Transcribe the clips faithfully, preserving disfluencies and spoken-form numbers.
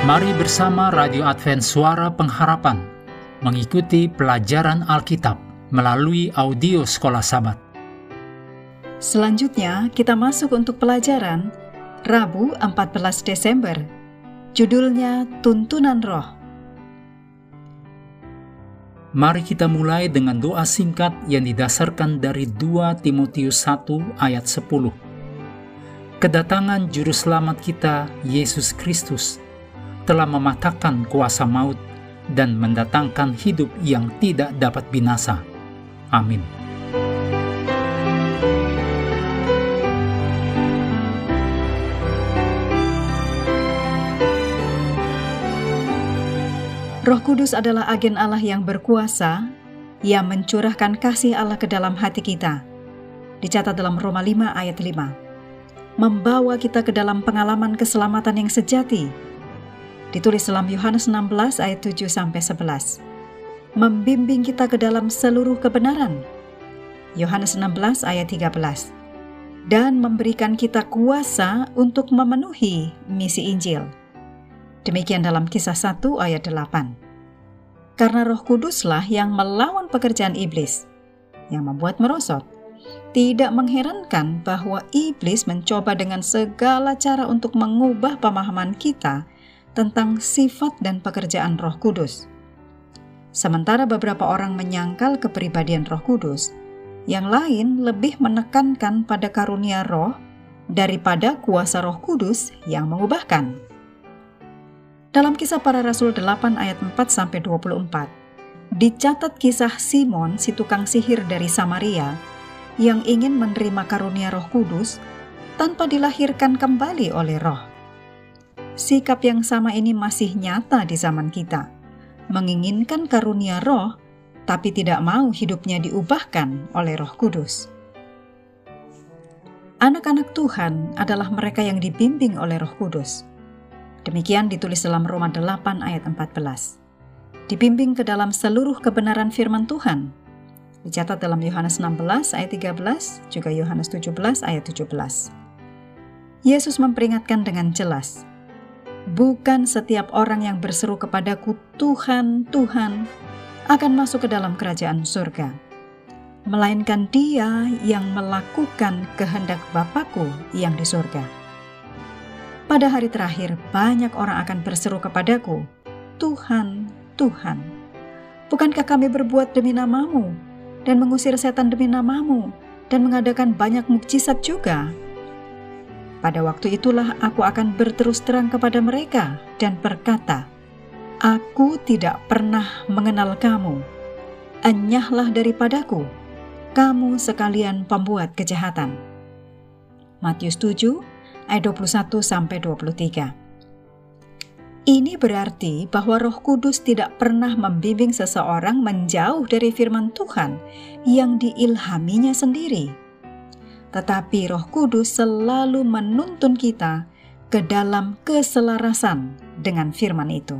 Mari bersama Radio Advent Suara Pengharapan mengikuti pelajaran Alkitab melalui audio Sekolah Sabat. Selanjutnya kita masuk untuk pelajaran Rabu empat belas Desember. Judulnya Tuntunan Roh. Mari kita mulai dengan doa singkat yang didasarkan dari dua Timotius satu ayat sepuluh. Kedatangan Juru Selamat kita, Yesus Kristus, telah mematahkan kuasa maut dan mendatangkan hidup yang tidak dapat binasa. Amin. Roh Kudus adalah agen Allah yang berkuasa, yang mencurahkan kasih Allah ke dalam hati kita. Dicatat dalam Roma lima ayat lima. Membawa kita ke dalam pengalaman keselamatan yang sejati. Ditulis dalam Yohanes enam belas ayat tujuh sampai sebelas. Membimbing kita ke dalam seluruh kebenaran. Yohanes enam belas ayat tiga belas. Dan memberikan kita kuasa untuk memenuhi misi Injil. Demikian dalam Kisah satu ayat delapan. Karena Roh Kuduslah yang melawan pekerjaan iblis, yang membuat merosot. Tidak mengherankan bahwa iblis mencoba dengan segala cara untuk mengubah pemahaman kita tentang sifat dan pekerjaan Roh Kudus. Sementara beberapa orang menyangkal kepribadian Roh Kudus, yang lain lebih menekankan pada karunia Roh daripada kuasa Roh Kudus yang mengubahkan. Dalam Kisah Para Rasul delapan ayat empat sampai dua puluh empat, dicatat kisah Simon si tukang sihir dari Samaria yang ingin menerima karunia Roh Kudus tanpa dilahirkan kembali oleh Roh. Sikap yang sama ini masih nyata di zaman kita, menginginkan karunia Roh, tapi tidak mau hidupnya diubahkan oleh Roh Kudus. Anak-anak Tuhan adalah mereka yang dibimbing oleh Roh Kudus. Demikian ditulis dalam Roma delapan ayat empat belas. Dibimbing ke dalam seluruh kebenaran firman Tuhan. Dicatat dalam Yohanes enam belas ayat tiga belas, juga Yohanes tujuh belas ayat tujuh belas. Yesus memperingatkan dengan jelas, bukan setiap orang yang berseru kepadaku, Tuhan, Tuhan, akan masuk ke dalam kerajaan surga, melainkan dia yang melakukan kehendak Bapa-Ku yang di surga. Pada hari terakhir, banyak orang akan berseru kepadaku, Tuhan, Tuhan, bukankah kami berbuat demi nama-Mu, dan mengusir setan demi nama-Mu, dan mengadakan banyak mukjizat juga? Pada waktu itulah aku akan berterus terang kepada mereka dan berkata, Aku tidak pernah mengenal kamu. Enyahlah daripadaku, kamu sekalian pembuat kejahatan. Matius tujuh ayat dua puluh satu sampai dua puluh tiga. Ini berarti bahwa Roh Kudus tidak pernah membimbing seseorang menjauh dari firman Tuhan yang diilhaminya sendiri. Tetapi Roh Kudus selalu menuntun kita ke dalam keselarasan dengan firman itu.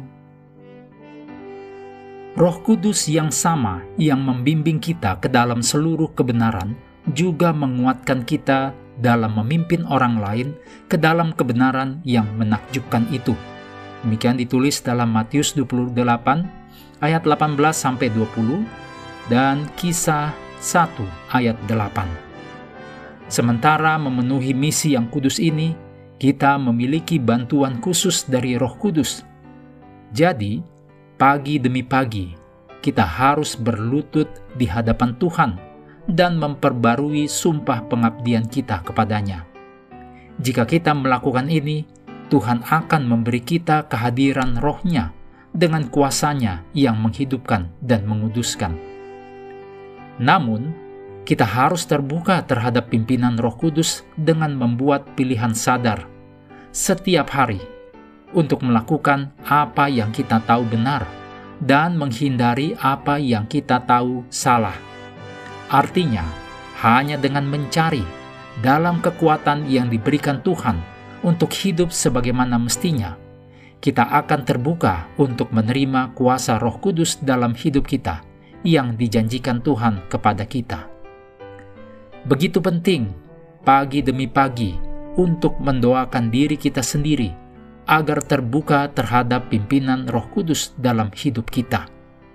Roh Kudus yang sama yang membimbing kita ke dalam seluruh kebenaran juga menguatkan kita dalam memimpin orang lain ke dalam kebenaran yang menakjubkan itu. Demikian ditulis dalam Matius dua puluh delapan ayat delapan belas sampai dua puluh dan Kisah satu ayat delapan. Sementara memenuhi misi yang kudus ini, kita memiliki bantuan khusus dari Roh Kudus. Jadi, pagi demi pagi, kita harus berlutut di hadapan Tuhan dan memperbarui sumpah pengabdian kita kepadanya. Jika kita melakukan ini, Tuhan akan memberi kita kehadiran Roh-Nya dengan kuasanya yang menghidupkan dan menguduskan. Namun, kita harus terbuka terhadap pimpinan Roh Kudus dengan membuat pilihan sadar setiap hari untuk melakukan apa yang kita tahu benar dan menghindari apa yang kita tahu salah. Artinya, hanya dengan mencari dalam kekuatan yang diberikan Tuhan untuk hidup sebagaimana mestinya, kita akan terbuka untuk menerima kuasa Roh Kudus dalam hidup kita yang dijanjikan Tuhan kepada kita. Begitu penting pagi demi pagi untuk mendoakan diri kita sendiri agar terbuka terhadap pimpinan Roh Kudus dalam hidup kita.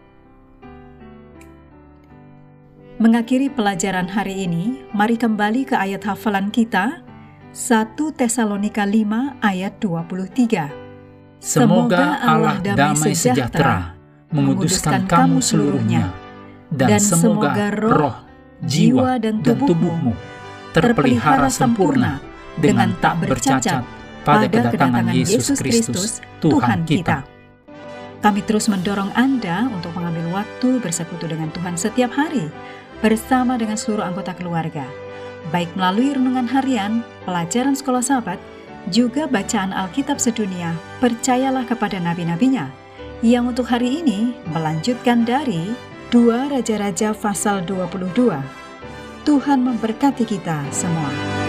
Mengakhiri pelajaran hari ini, mari kembali ke ayat hafalan kita, satu Tesalonika lima ayat dua puluh tiga. Semoga Allah damai sejahtera menguduskan kamu seluruhnya, dan semoga roh, jiwa, dan tubuhmu terpelihara sempurna dengan tak bercacat pada kedatangan Yesus Kristus, Tuhan kita. Kami terus mendorong Anda untuk mengambil waktu bersekutu dengan Tuhan setiap hari, bersama dengan seluruh anggota keluarga, baik melalui renungan harian, pelajaran sekolah sahabat, juga bacaan Alkitab sedunia, percayalah kepada nabi-nabinya, yang untuk hari ini melanjutkan dari dua Raja-Raja pasal dua puluh dua. Tuhan memberkati kita semua.